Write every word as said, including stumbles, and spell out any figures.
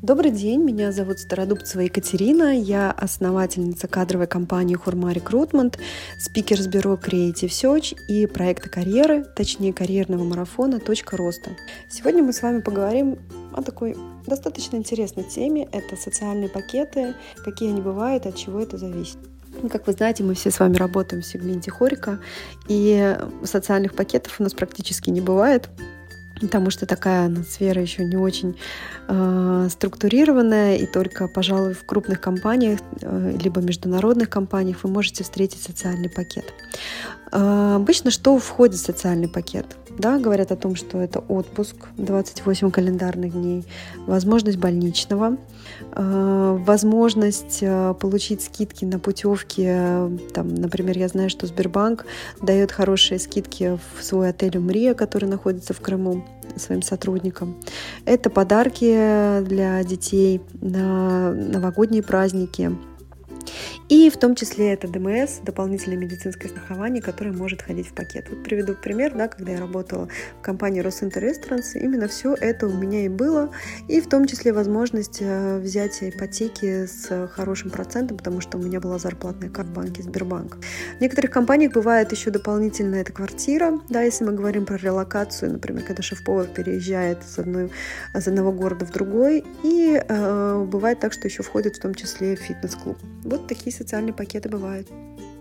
Добрый день, меня зовут Стародубцева Екатерина, я основательница кадровой компании Хурма Recruitment, спикер с бюро Creative Search и проекта карьеры, точнее карьерного марафона «Точка роста». Сегодня мы с вами поговорим о такой достаточно интересной теме, это социальные пакеты, какие они бывают, от чего это зависит. Как вы знаете, мы все с вами работаем в сегменте хорика, и социальных пакетов у нас практически не бывает, потому что такая сфера еще не очень э, структурированная, и только, пожалуй, в крупных компаниях, э, либо международных компаниях вы можете встретить социальный пакет. Э, обычно что входит в социальный пакет? Да, говорят о том, что это отпуск двадцать восемь календарных дней, возможность больничного, э, возможность э, получить скидки на путевки. Там, например, я знаю, что Сбербанк дает хорошие скидки в свой отель «Умрия», который находится в Крыму, своим сотрудникам. Это подарки для детей на новогодние праздники. И в том числе это ДМС, дополнительное медицинское страхование, которое может входить в пакет. Вот приведу пример, да, когда я работала в компании Росинтер Ресторантс, именно все это у меня и было, и в том числе возможность взять ипотеки с хорошим процентом, потому что у меня была зарплатная карта в банке Сбербанк. В некоторых компаниях бывает еще дополнительно эта квартира, да, если мы говорим про релокацию, например, когда шеф-повар переезжает с, одной, с одного города в другой, и э, бывает так, что еще входит в том числе фитнес-клуб. Вот такие социальные пакеты бывают.